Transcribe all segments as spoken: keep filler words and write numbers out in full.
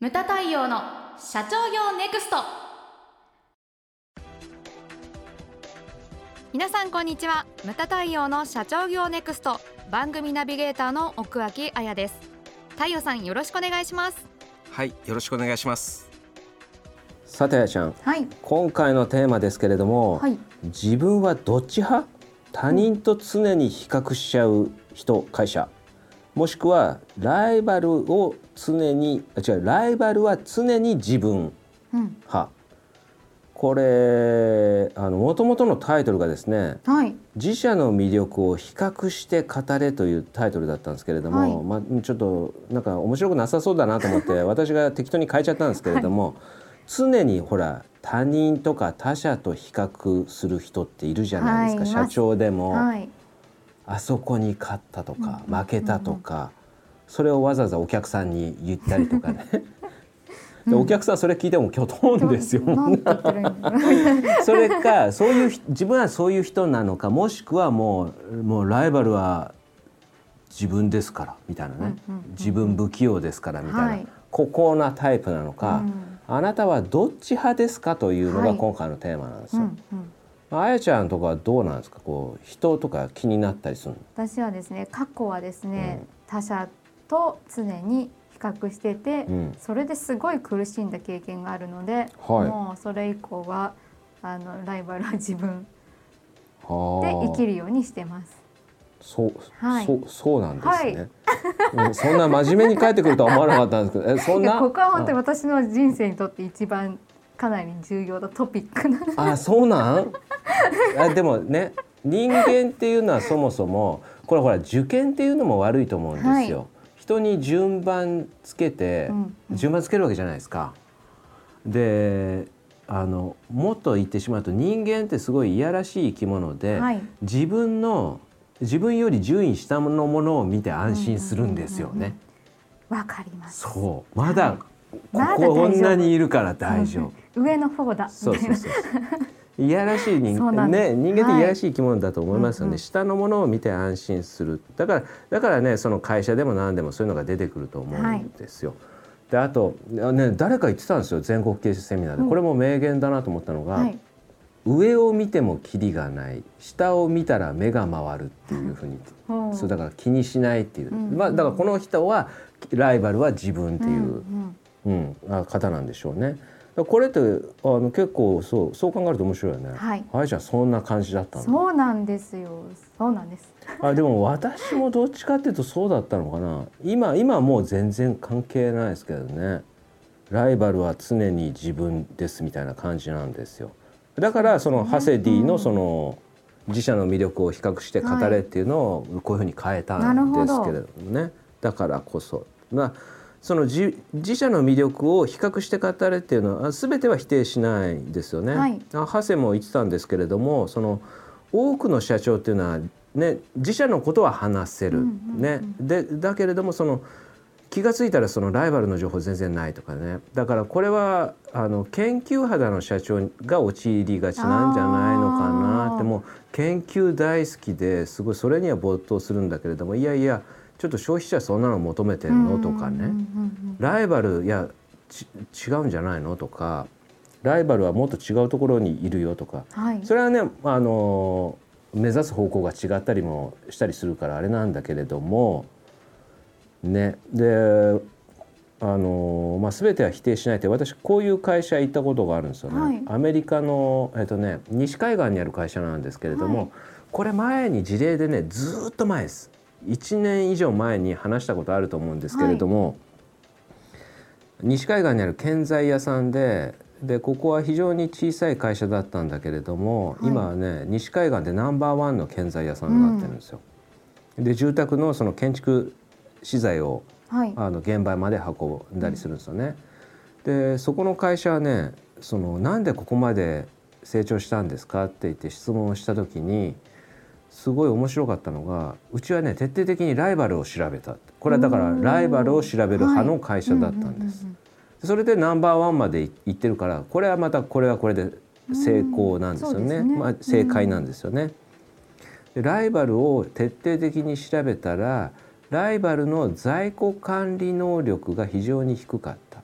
ムタ太陽の社長業ネクスト。皆さんこんにちは。ムタ太陽の社長業ネクスト番組ナビゲーターの奥脇彩です。太陽さん、よろしくお願いします。 はい、よろしくお願いします。 さて、あやちゃん、 はい、 今回のテーマですけれども、はい、自分はどっち派？他人と常に比較しちゃう人、会社、もしくはライバルを常にあ違うライバルは常に自分派、うん、これあの元々のタイトルがですね、はい、自社の魅力を比較して語れというタイトルだったんですけれども、はい、まあ、ちょっとなんか面白くなさそうだなと思って私が適当に変えちゃったんですけれども、はい、常にほら他人とか他社と比較する人っているじゃないですか、はい、社長でも、はい、あそこに勝ったとか、うん、負けたとか、うん、それをわざわざお客さんに言ったりとかねでお客さんそれ聞いてもきょとんですよそれかそういう自分はそういう人なのか、もしくはもう、もうライバルは自分ですからみたいなね、うんうんうん、自分不器用ですからみたいな、はい、孤高なタイプなのか、うん、あなたはどっち派ですかというのが今回のテーマなんですよ、はい、うんうん、あやちゃんとかはどうなんですか？こう人とか気になったりするの？ 私はですね、過去はですね、うん、他者と常に比較してて、うん、それですごい苦しんだ経験があるので、はい、もうそれ以降はあのライバルは自分で生きるようにしてます。 そう、はい、そ, そうなんですね、はい、そんな真面目に帰ってくるとは思わなかったんですけどえそんなここは本当に私の人生にとって一番かなり重要なトピックなのであ、そうなんあでもね、人間っていうのはそもそもこれほら受験っていうのも悪いと思うんですよ、はい、人に順番つけて、うんうん、順番つけるわけじゃないですか。であのもっと言ってしまうと人間ってすごいいやらしい生き物で、はい、自分の自分より順位下のものを見て安心するんですよね。 わ、うんうん、かります。 そう、まだ、はい、こここんなにいるから大丈夫、 うん、上の方だそうそうそういやらしい人間ね、人間っていやらしい生き物だと思いますよね、はい、下のものを見て安心する。だからだからね、その会社でも何でもそういうのが出てくると思うんですよ、はい、であと、ね、誰か言ってたんですよ、全国経営セミナーで、うん、これも名言だなと思ったのが、はい、上を見てもキリがない、下を見たら目が回るっていうふうにそうだから気にしないっていう、うんうん、まあ、だからこの人はライバルは自分っていう、うんうんうん、方なんでしょうね。これってあの結構そうそう考えると面白いよね。はい。あいちゃんそんな感じだったの？ そうなんですよ。そうなんです。 あでも私もどっちかっていうとそうだったのかな。今今はもう全然関係ないですけどね。ライバルは常に自分ですみたいな感じなんですよ。だからそのハセディのその自社の魅力を比較して語れっていうのをこういうふうに変えたんですけれどもね。だからこそまあその 自, 自社の魅力を比較して語れっていうのは全ては否定しないですよね。はい、ハセも言ってたんですけれども、その多くの社長っていうのは、ね、自社のことは話せる、うんうんうん、ね、でだけれどもその気がついたらそのライバルの情報全然ないとかね。だからこれはあの研究肌の社長が陥りがちなんじゃないのかなって。もう研究大好きですごいそれには没頭するんだけれども、いやいやちょっと消費者そんなの求めてるのとかね、ライバルいや違うんじゃないのとか、ライバルはもっと違うところにいるよとか、はい、それはねあの目指す方向が違ったりもしたりするからあれなんだけれどもね。であの、まあ、全ては否定しないって、私こういう会社行ったことがあるんですよね、はい、アメリカの、えっとね、西海岸にある会社なんですけれども、はい、これ前に事例でねずっと前ですいちねん以上前に話したことあると思うんですけれども、はい、西海岸にある建材屋さんで、でここは非常に小さい会社だったんだけれども、はい、今はね西海岸でナンバーワンの建材屋さんになってるんですよ、うん、で住宅のその建築資材を、はい、あの現場まで運んだりするんですよね、うん、でそこの会社はね、そのなんでここまで成長したんですかって言って質問をした時にすごい面白かったのが、うちはね徹底的にライバルを調べた。これはだからライバルを調べる派の会社だったんです。それでナンバーワンまで行ってるから、これはまたこれはこれで成功なんですよね。まあ、正解なんですよね。でライバルを徹底的に調べたら、ライバルの在庫管理能力が非常に低かった。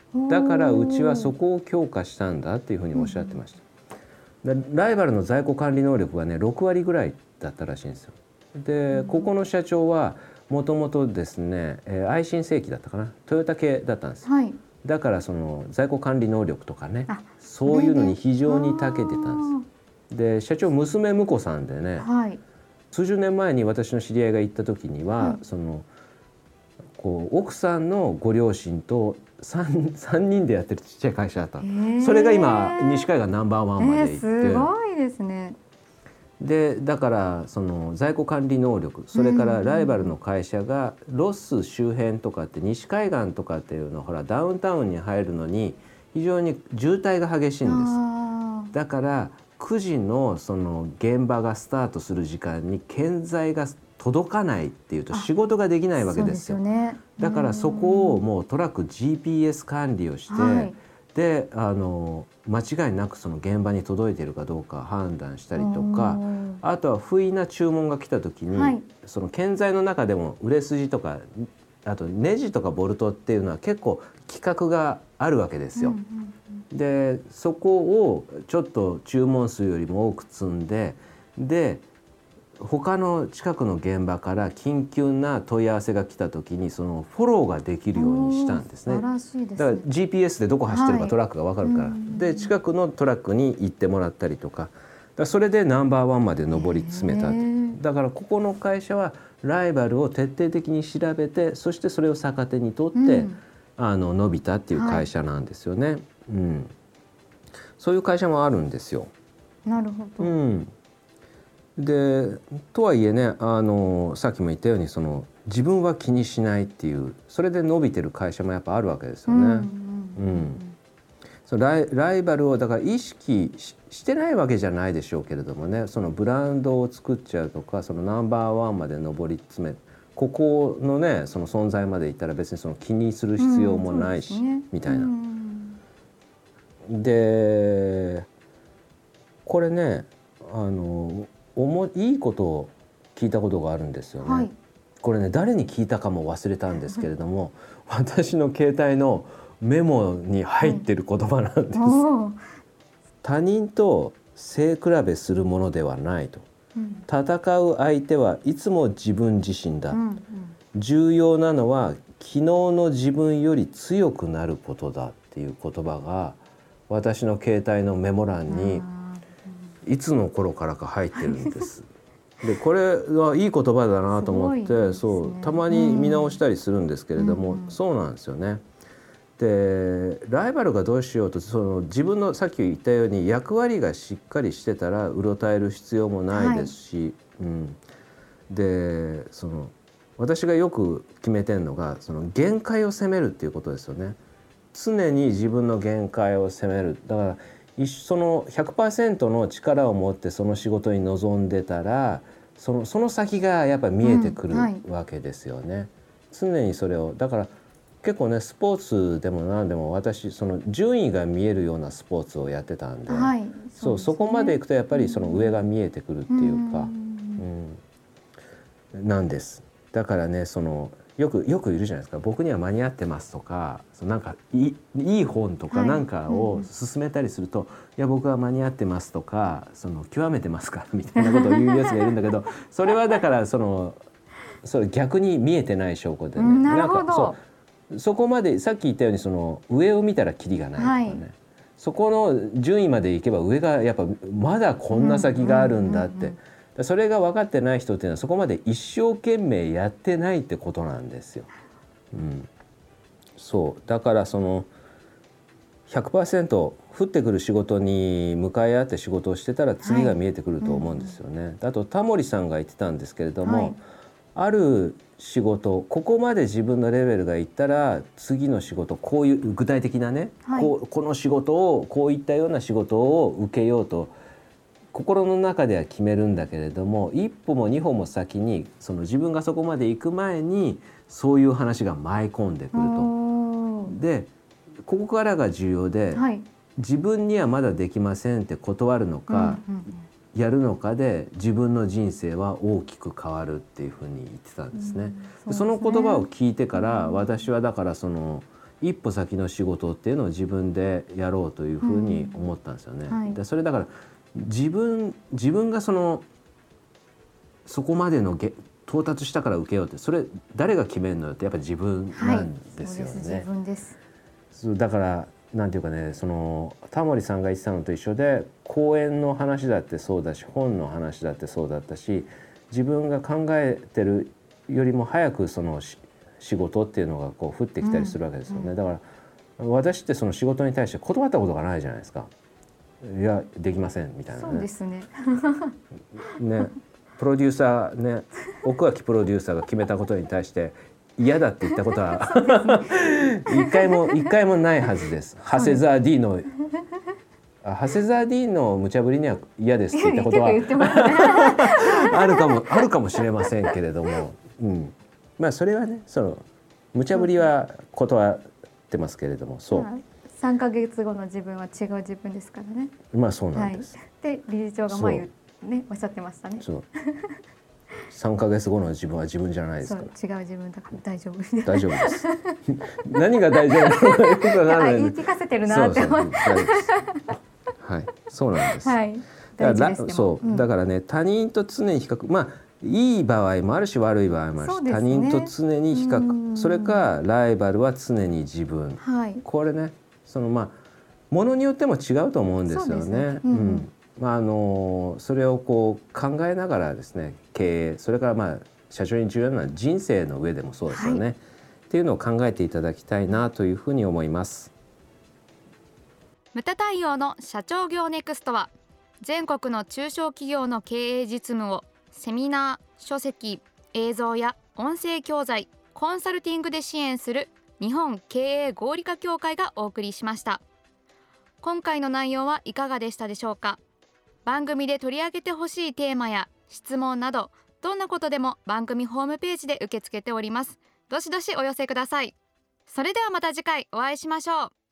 だからうちはそこを強化したんだっていうふうにおっしゃってました。でライバルの在庫管理能力がねろくわりぐらいだったらしいんですよ。でここの社長はもともとですね、えー、愛信正規だったかな、トヨタ系だったんですよ、はい、だからその在庫管理能力とかね、そういうのに非常に長けてたんです。で社長娘婿さんでね、はい、数十年前に私の知り合いが行った時には、はい、そのこう奥さんのご両親と 3, さんにんでやってるちっちゃい会社だった。それが今西海岸ナンバーワンまで行って、 すごいですね。 でだからその在庫管理能力、それからライバルの会社がロス周辺とかって西海岸とかっていうのほらダウンタウンに入るのに非常に渋滞が激しいんです。だからくじのその現場がスタートする時間に建材が届かないっていうと仕事ができないわけですよ。だからそこをもうトラック ジーピーエス 管理をして、はい、であの間違いなくその現場に届いているかどうか判断したりとか、あとは不意な注文が来た時に、はい、その建材の中でも売れ筋とかあとネジとかボルトっていうのは結構規格があるわけですよ。うんうんうん、でそこをちょっと注文数よりも多く積んで、で他の近くの現場から緊急な問い合わせが来た時にそのフォローができるようにしたんですね。 素晴らしいですね。 だから ジーピーエス でどこ走ってるかトラックが分かるから、はい、で近くのトラックに行ってもらったりとか、だからそれでナンバーワンまで上り詰めた。だからここの会社はライバルを徹底的に調べて、そしてそれを逆手にとって、うん、あの伸びたっていう会社なんですよね。はい、うん、そういう会社もあるんですよ。 なるほど。 うん、でとはいえね、あのさっきも言ったようにその自分は気にしないっていう、それで伸びてる会社もやっぱあるわけですよね。うんうんうん、そのライ、ライバルをだから意識 し, してないわけじゃないでしょうけれどもね、そのブランドを作っちゃうとか、そのナンバーワンまで上り詰め、ここのねその存在までいったら別にその気にする必要もないし、うん、ね、みたいな。うん、でこれね、あのおもいいことを聞いたことがあるんですよね。はい、これね誰に聞いたかも忘れたんですけれども、私の携帯のメモに入ってる言葉なんです。はい、他人と背比べするものではないと、うん、戦う相手はいつも自分自身だ、うんうん、重要なのは昨日の自分より強くなることだっていう言葉が私の携帯のメモ欄にいつの頃からか入ってるんです。でこれはいい言葉だなと思って、ね、そうたまに見直したりするんですけれども、うんうん、そうなんですよね。でライバルがどうしようと、その自分のさっき言ったように役割がしっかりしてたらうろたえる必要もないですし、はい、うん、でその私がよく決めてるのがその限界を攻めるっていうことですよね。常に自分の限界を攻める。だからその ひゃくパーセント の力を持ってその仕事に臨んでたら、その、その先がやっぱり見えてくるわけですよね。うんはい、常にそれをだから結構ねスポーツでも何でも私その順位が見えるようなスポーツをやってたんで、はい、そうですね、そう、そこまでいくとやっぱりその上が見えてくるっていうか、うんうん、なんです。だからねそのよくよくいるじゃないですか、僕には間に合ってますとか、そのなんかい い, いい本とかなんかを勧めたりすると、はい、うん、いや僕は間に合ってますとか、その極めてますからみたいなことを言うやつがいるんだけどそれはだからそのそれ逆に見えてない証拠でね、 なるほど、 なんかそう、そこまでさっき言ったようにその上を見たらキリがないとかね、はい、そこの順位までいけば上がやっぱまだこんな先があるんだって、うんうんうんうん、それが分かってない人っていうのはそこまで一生懸命やってないってことなんですよ。うん、そうだからその ひゃくパーセント 降ってくる仕事に向かい合って仕事をしてたら次が見えてくると思うんですよね。はい、うん、あとタモリさんが言ってたんですけれども、はい、ある仕事ここまで自分のレベルがいったら次の仕事こういう具体的なね、はい、こうこの仕事をこういったような仕事を受けようと心の中では決めるんだけれども、一歩も二歩も先にその自分がそこまで行く前にそういう話が舞い込んでくると。でここからが重要で、はい、自分にはまだできませんって断るのか、うんうんうん、やるのかで自分の人生は大きく変わるっていうふうに言ってたんですね。うん、そうですね。その言葉を聞いてから私はだからその一歩先の仕事っていうのを自分でやろうというふうに思ったんですよね。 うんはい、 でそれだから自分自分がそのそこまでのげ到達したから受けようって、それ誰が決めるのよってやっぱり自分なんですよね。はい、そうです、 自分です。 だからなんていうかね、そのタモリさんが言ってたのと一緒で、講演の話だってそうだし、本の話だってそうだったし、自分が考えてるよりも早くその仕事っていうのがこう降ってきたりするわけですよね。うんうん、だから私ってその仕事に対して断ったことがないじゃないですか。いやできませんみたいなね。 そうですね。 ね、プロデューサーね、奥脇プロデューサーが決めたことに対して嫌だって言ったことは一回も一回もないはずです。長谷沢 D の長谷沢 D の無茶ぶりには嫌ですって言ったことはあるかもあるかもしれませんけれども、うん、まあそれはね、その無茶ぶりは断ってますけれども、そう。 さんかげつごの自分は違う自分ですからね。 まあそうなんです。 はい、で理事長が前ねおっしゃってましたね。そう。 さんかげつごの自分は自分じゃないですから。 そう、違う自分だから大丈夫。 大丈夫です。何が大丈夫なのかよくわからない。 言い聞かせてるなって思って。 はい、そうなんです。 はい。 だからそう、うん、だからね、他人と常に比較、まあいい場合もあるし悪い場合もあるし、ね、他人と常に比較、それかライバルは常に自分。はい、これね、そのまあものによっても違うと思うんですよね。うん。まああのそれをこう考えながらですね、経営、それからまあ社長に重要なのは人生の上でもそうですよね、はい、っていうのを考えていただきたいなというふうに思います。 ムタ太陽の社長業ネクストは、全国の中小企業の経営実務をセミナー、書籍、映像や音声教材、コンサルティングで支援する日本経営合理化協会がお送りしました。今回の内容はいかがでしたでしょうか。番組で取り上げてほしいテーマや質問など、どんなことでも番組ホームページで受け付けております。どしどしお寄せください。それではまた次回お会いしましょう。